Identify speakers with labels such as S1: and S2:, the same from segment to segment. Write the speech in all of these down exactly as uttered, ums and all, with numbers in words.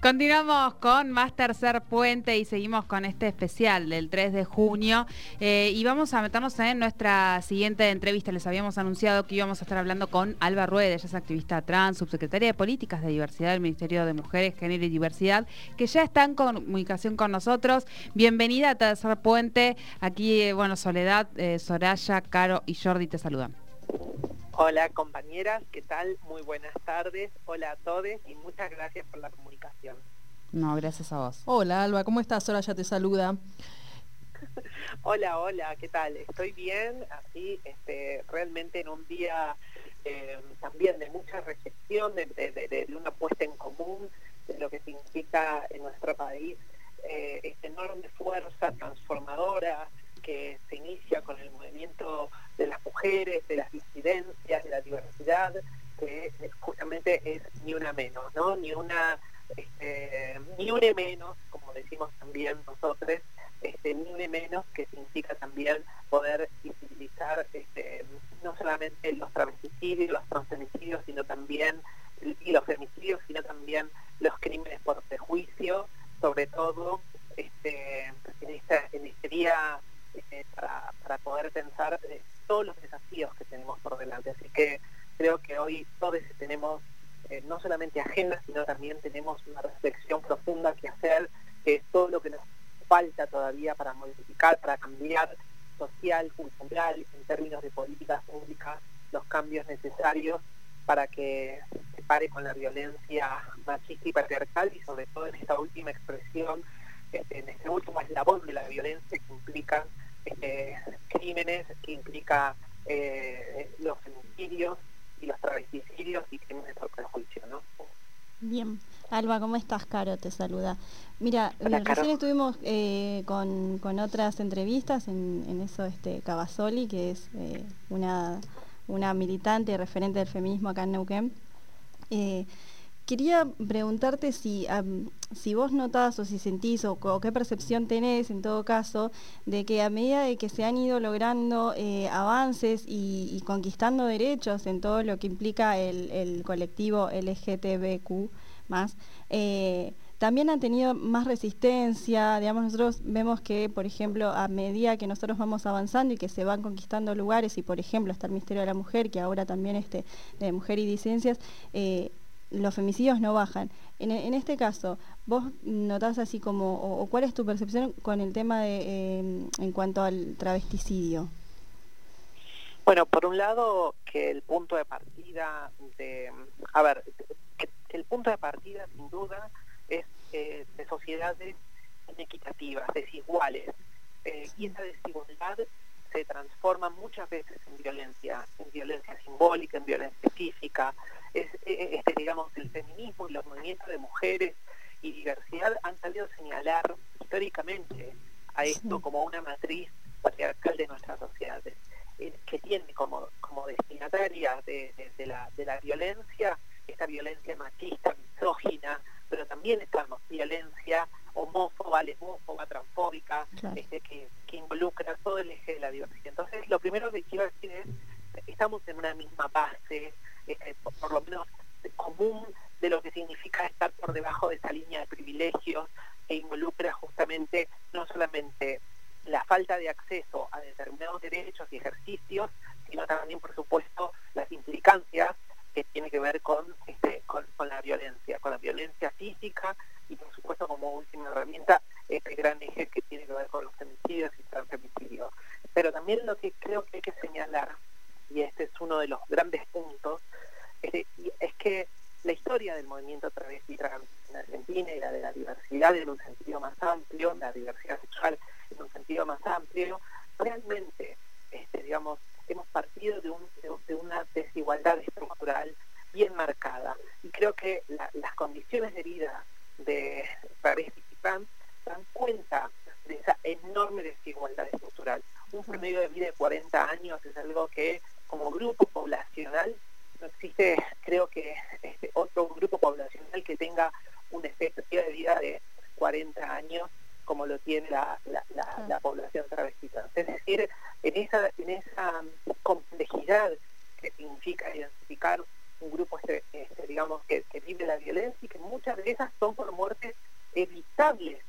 S1: Continuamos con más Tercer Puente y seguimos con este especial del tres de junio eh, y vamos a meternos en nuestra siguiente entrevista. Les habíamos anunciado que íbamos a estar hablando con Alba Rueda, ella es activista trans, subsecretaria de Políticas de Diversidad del Ministerio de Mujeres, Género y Diversidad, que ya está en comunicación con nosotros. Bienvenida a Tercer Puente. Aquí, eh, bueno, Soledad, eh, Soraya, Caro y Jordi te saludan.
S2: Hola compañeras, ¿qué tal? Muy buenas tardes, hola a todos y muchas gracias por la comunicación.
S1: No, gracias a vos.
S3: Hola Alba, ¿cómo estás? Soraya te saluda.
S2: Hola, hola, ¿qué tal? Estoy bien, así, este, realmente en un día eh, también de mucha reflexión, de, de, de, de una puesta en común de lo que significa en nuestro país eh, esta enorme fuerza transformadora que se inicia con el movimiento de las mujeres, de las disidencias, de la diversidad, que justamente es ni una menos, ¿no? Ni una, este, ni une menos, como decimos también nosotros, este, ni une menos, que significa también poder visibilizar este, no solamente los travesticidios, los transfemicidios, sino también, y los femicidios, sino también los crímenes por prejuicio, sobre todo este, en, esta, en este día eh, para, para poder pensar eh, todos los desafíos que tenemos por delante. Así que creo que hoy todos tenemos eh, no solamente agenda, sino también tenemos una reflexión profunda que hacer, que es todo lo que nos falta todavía para modificar, para cambiar social, cultural, en términos de políticas públicas, los cambios necesarios para que se pare con la violencia machista y patriarcal, y sobre todo en esta última expresión, este, en este último eslabón de la violencia que implica este, crímenes, que implica eh, los femicidios y los travesticidios y crímenes por prejuicio, ¿no?
S4: Bien. Alba, ¿cómo estás? Caro te saluda. Mira,
S2: Hola,
S4: recién
S2: Caro.
S4: estuvimos eh, con, con otras entrevistas en, en eso, este Cavazoli, que es eh, una, una militante y referente del feminismo acá en Neuquén. Eh, quería preguntarte si, um, si vos notás o si sentís o, o qué percepción tenés, en todo caso, de que a medida de que se han ido logrando eh, avances y, y conquistando derechos en todo lo que implica el, el colectivo L G T B Q más, eh, también han tenido más resistencia. Digamos, nosotros vemos que, por ejemplo, a medida que nosotros vamos avanzando y que se van conquistando lugares, y por ejemplo está el Ministerio de la Mujer, que ahora también este de Mujer y Disidencias, eh, los femicidios no bajan. En, en este caso, ¿vos notás así como, o, o cuál es tu percepción con el tema de eh, en cuanto al travesticidio?
S2: Bueno, por un lado, que el punto de partida de, a ver, que, que el punto de partida sin duda es eh, de sociedades inequitativas, desiguales, eh, y esa desigualdad se transforma muchas veces en violencia, en violencia simbólica, en violencia física. Es, este, digamos, el feminismo y los movimientos de mujeres y diversidad han salido a señalar históricamente a esto como una matriz patriarcal de nuestras sociedades, eh, que tiene como, como destinataria de, de, de, la, de la violencia, esta violencia machista, misógina, pero también esta violencia homófoba, lesbófoba, transfóbica, claro. este, que, que involucra todo el eje de la diversidad. Entonces, lo primero que quiero decir es, estamos en una misma base, este, por, por lo menos común, de lo que significa estar por debajo de esa línea de privilegios que involucra justamente no solamente la falta de acceso a determinados derechos y ejercicios, sino también, por supuesto, las implicancias que tiene que ver con, este, con, con la violencia, con la violencia física y, por supuesto, como última herramienta, este gran eje que tiene que ver con los femicidios y transfemicidios. Pero también lo que creo que hay que señalar, y este es uno de los grandes puntos, es, es que la historia del movimiento travesti trans en Argentina y la de la diversidad en un sentido más amplio, la diversidad sexual en un sentido más amplio, realmente, este, digamos, hemos partido de, un, de, de una desigualdad estructural bien marcada. Y creo que la, las condiciones de vida de travestis y trans dan cuenta de esa enorme desigualdad estructural. Un promedio de vida de cuarenta años es algo que, como grupo poblacional, no existe, creo que, este, otro grupo poblacional que tenga una expectativa de vida de cuarenta años como lo tiene la, la, la, la población travesti trans. Es decir, en esa, en esa complejidad que significa identificar un grupo, este, este, digamos, que, que vive la violencia y que muchas de esas son por muerte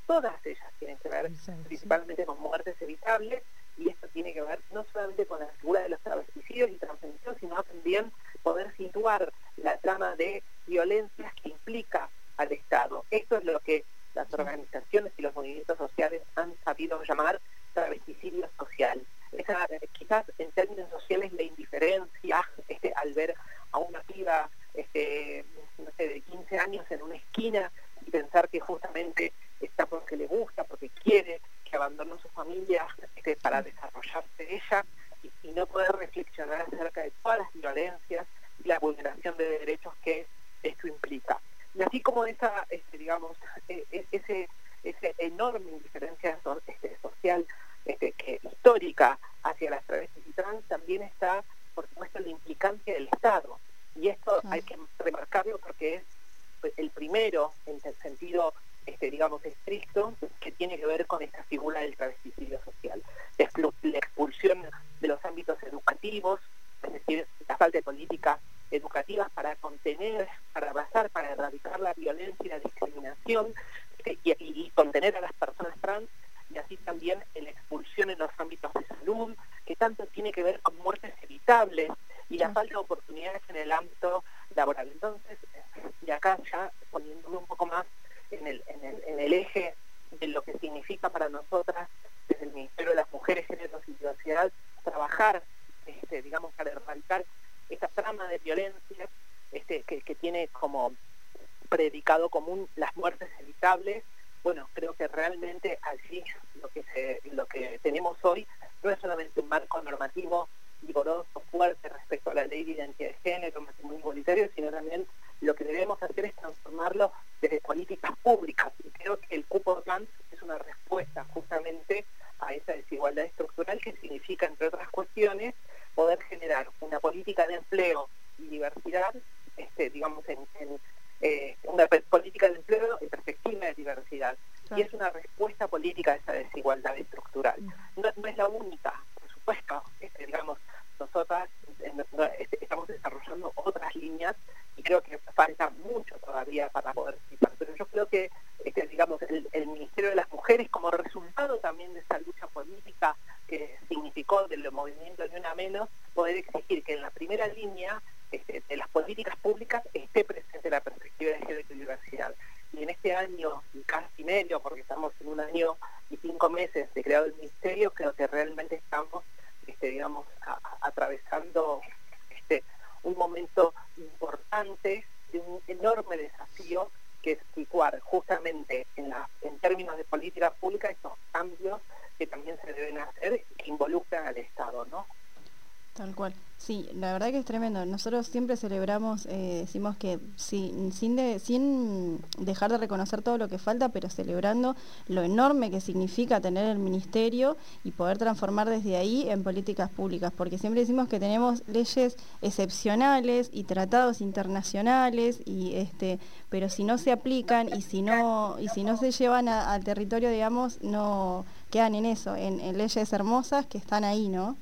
S2: todas ellas tienen que ver principalmente con muertes evitables, y esto tiene que ver no solamente con la figura de los travesticidios y transfemicidios, sino también poder situar la trama de violencias que implica al Estado. Esto es lo que las organizaciones y los movimientos sociales han sabido llamar travesticidio social. Esa, quizás en términos sociales, la indiferencia este, al ver a una piba este, no sé, de quince años en una esquina y pensar que justamente está porque le gusta, porque quiere, que abandonó su familia este, para desarrollarse ella, y, y no poder reflexionar acerca de todas las violencias y la vulneración de derechos que esto implica. Y así como esa, este, digamos, ese, ese enorme indiferencia so, este, social este, que, histórica hacia las travestis y trans, también está, por supuesto, la implicancia del Estado. Y esto hay que remarcarlo porque es el primero, en el sentido, este, digamos, estricto, que tiene que ver con esta figura del travesticidio social. La, la expulsión de los ámbitos educativos, es decir, la falta de políticas educativas para contener, para abrazar, para erradicar la violencia y la discriminación, y, y, y contener a las personas trans, y así también la expulsión en los ámbitos de salud, que tanto tiene que ver con muertes evitables y la falta de oportunidades en el ámbito laboral. Entonces, y acá ya poniéndome un poco más en el, en el, en el eje de lo que significa para nosotras, desde el Ministerio de las Mujeres, Géneros y Diversidad, trabajar, este, digamos, para erradicar esta trama de violencia este, que, que tiene como predicado común las muertes evitables. Bueno, creo que realmente allí lo que se, lo que tenemos hoy no es solamente un marco normativo vigoroso, fuerte respecto a la ley de identidad de género, matrimonio igualitario, sino también lo que debemos hacer es transformarlo desde políticas públicas. Y creo que el cupo trans es una respuesta justamente a esa desigualdad estructural, que significa, entre otras cuestiones, poder generar una política de empleo y diversidad, este, digamos, en, en eh, una política de empleo en perspectiva de diversidad. Claro. Y es una respuesta política a esa desigualdad estructural. No, no es la única, por supuesto, este, digamos, nosotras este, estamos desarrollando otras líneas y creo que falta mucho todavía para poder citar, pero yo creo que este, digamos, el, el Ministerio de las Mujeres, como resultado también de esa lucha política que significó del movimiento Ni Una Menos, poder exigir que en la primera línea este, de las políticas públicas esté presente la perspectiva de género y diversidad. Y en este año y casi medio, porque estamos en un año y cinco meses de creado el Ministerio, creo que realmente estamos este, digamos, a, a, atravesando este, un momento importante, de un enorme desafío, que es situar justamente en, la, en términos de política pública estos cambios que también se deben hacer, que involucran al Estado, ¿no?
S4: Tal cual. Sí, la verdad que es tremendo. Nosotros siempre celebramos, eh, decimos que sí, sin, de, sin dejar de reconocer todo lo que falta, pero celebrando lo enorme que significa tener el ministerio y poder transformar desde ahí en políticas públicas, porque siempre decimos que tenemos leyes excepcionales y tratados internacionales, y este, pero si no se aplican y si no, y si no se llevan a, al territorio, digamos, no quedan en eso, en, en leyes hermosas que están ahí, ¿no?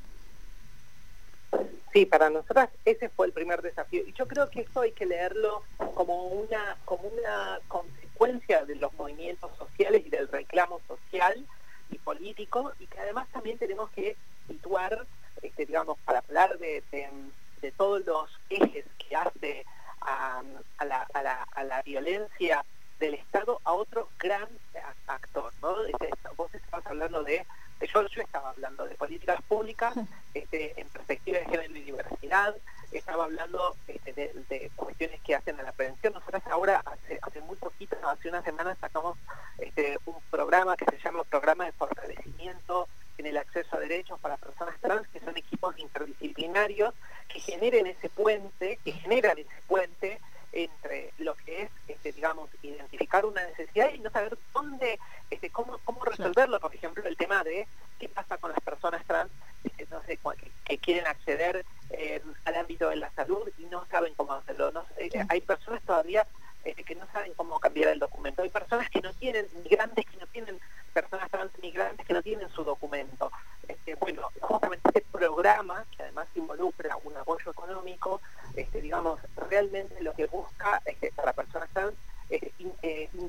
S2: Sí, para nosotras ese fue el primer desafío, y yo creo que esto hay que leerlo como una como una consecuencia de los movimientos sociales y del reclamo social y político, y que además también tenemos que situar, este, digamos, para hablar de, de, de todos los ejes que hace a, a, la, a, la, a la violencia del Estado, a otro gran actor, ¿no? Vos estabas hablando de Yo, yo estaba hablando de políticas públicas este, en perspectiva de género y diversidad, estaba hablando este, de, de cuestiones que hacen a la prevención. Nosotros ahora, hace, hace muy poquito, hace una semana, sacamos este, un programa que se llama Programa de Fortalecimiento en el Acceso a Derechos para Personas Trans, que son equipos interdisciplinarios que generen ese puente, que generan ese puente entre lo que es, este, digamos, identificar una necesidad y no saber dónde, este, cómo, cómo resolverlo. Por ejemplo, el tema de qué pasa con las personas trans, este, no sé, que, que quieren acceder eh, al ámbito de la salud y no saben cómo hacerlo. No sé, sí. Hay personas todavía este, que no saben cómo cambiar el documento. Hay personas que no tienen, migrantes que no tienen, personas trans migrantes que no tienen su documento. Este, bueno, justamente este programa, que además involucra un apoyo económico, este, digamos, realmente lo que busca este, para personas trans eh, in, eh, involucra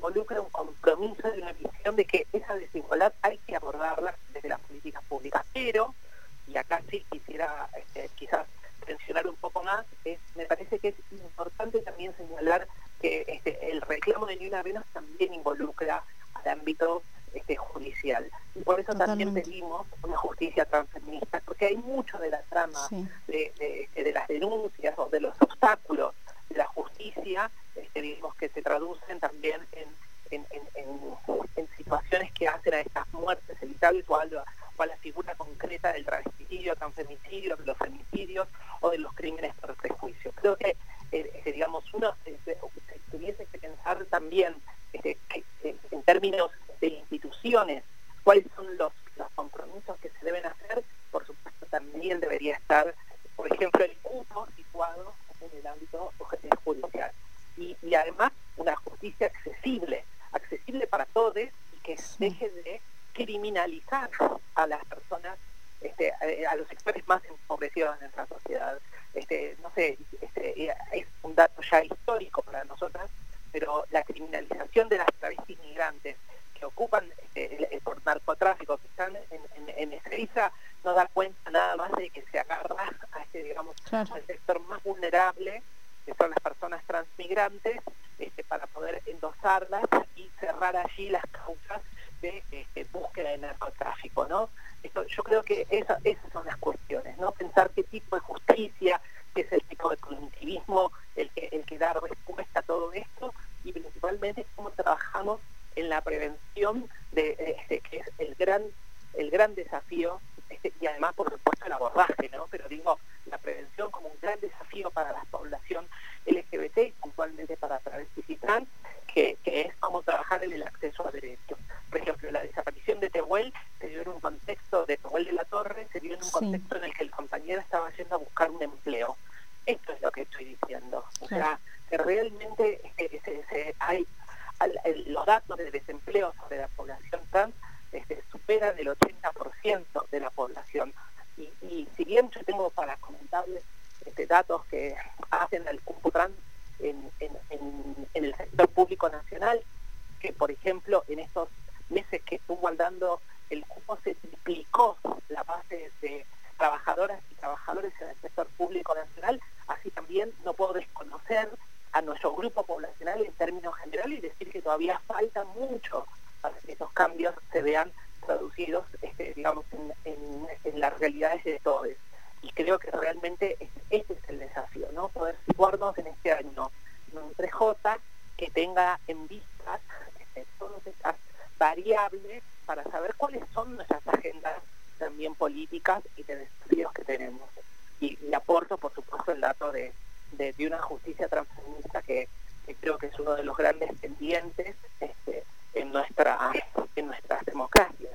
S2: un compromiso y una visión de que esa desigualdad hay que abordarla desde las políticas públicas. Pero, y acá sí quisiera este, quizás mencionar un poco más, es, me parece que es importante también señalar que este, el reclamo de Ni Una Menos también involucra al ámbito este, judicial. Y por eso Totalmente. También pedimos una justicia transfeminista, porque hay mucho de la trama sí. de, de, de las denuncias o de los obstáculos de la justicia, este, digamos que se traducen también en, en, en, en, en situaciones que hacen a estas muertes evitables o a, lo, o a la figura concreta del travesticidio, transfemicidio, de los femicidios o de los crímenes por prejuicio. Creo que, eh, eh, digamos, uno se, se, se tuviese que pensar también este, que, que, en términos de instituciones, cuáles son los, los compromisos que se deben hacer. Por supuesto, también debería estar, por ejemplo, el cupo situado en el ámbito judicial. Y, y además, una justicia accesible, accesible para todos y que deje de criminalizar a las personas, este, a, a los sectores más empobrecidos de nuestra sociedad. Este, no sé, este, es un dato ya histórico para nosotras, pero la criminalización de las travestis migrantes que ocupan este, el, el, por narcotráfico, que están en, en, en Ezeiza, no da cuenta nada más de que se agarra a este, digamos, claro. al sector más vulnerable, que son las personas transmigrantes, este, para poder endosarlas y cerrar allí las causas de este, búsqueda de narcotráfico, ¿no? Esto, yo creo que esa, esas son las cuestiones, ¿no? Pensar qué tipo de justicia, qué es el tipo de cognitivismo el que, el que da respuesta a todo esto, y principalmente cómo trabajamos en la prevención de este, que es el gran el gran desafío, este, y además por supuesto el abordaje, ¿no? Pero digo, la prevención como un gran desafío para la población L G B T, puntualmente para travestis y trans, que, que es cómo trabajar en el acceso a derechos. Por ejemplo, la desaparición de Tehuel se dio en un contexto de Tehuel de la Torre, se dio en un sí. contexto en el que el compañero estaba yendo a buscar un empleo. Esto es lo que estoy diciendo. O sea, que realmente este, se, se, hay al, el, los datos de desempleo sobre la población trans este, superan el ochenta por ciento de la población. Y, y si bien yo tengo para comentarles este, datos que hacen al cupo trans en, en, en, en el sector público nacional, que por ejemplo en estos meses que estuvo andando el cupo se triplicó la base de trabajadoras y trabajadores en el sector público nacional, así también no puedo desconocer a nuestro grupo poblacional en términos generales y decir que todavía falta mucho para que esos cambios se vean traducidos, este, digamos, en, en, en las realidades de todos. Y creo que realmente este es el desafío, ¿no? Poder situarnos en este año en un tres J que tenga en vista este, todas estas variables para saber cuáles son nuestras agendas también políticas y de desafíos que tenemos. Y, y aporto, por supuesto, el dato de, de, de una justicia transfeminista que, que creo que es uno de los grandes pendientes este, en nuestra en nuestras democracias.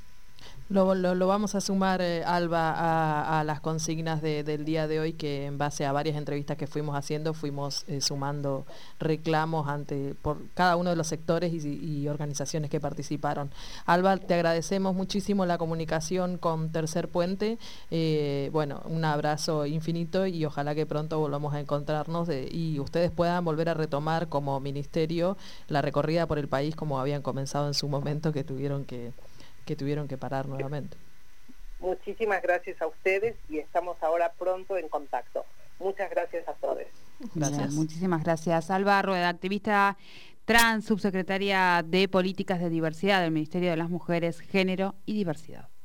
S3: Lo, lo, lo vamos a sumar, eh, Alba, a, a las consignas de, del día de hoy, que en base a varias entrevistas que fuimos haciendo, fuimos eh, sumando reclamos ante por cada uno de los sectores y, y organizaciones que participaron. Alba, te agradecemos muchísimo la comunicación con Tercer Puente. Eh, bueno, un abrazo infinito y ojalá que pronto volvamos a encontrarnos de, y ustedes puedan volver a retomar como ministerio la recorrida por el país como habían comenzado en su momento, que tuvieron que... que tuvieron que parar nuevamente.
S2: Muchísimas gracias a ustedes y estamos ahora pronto en contacto. Muchas gracias a todos.
S1: Gracias. Bien, muchísimas gracias. Alba Rueda, activista trans, subsecretaria de Políticas de Diversidad del Ministerio de las Mujeres, Género y Diversidad.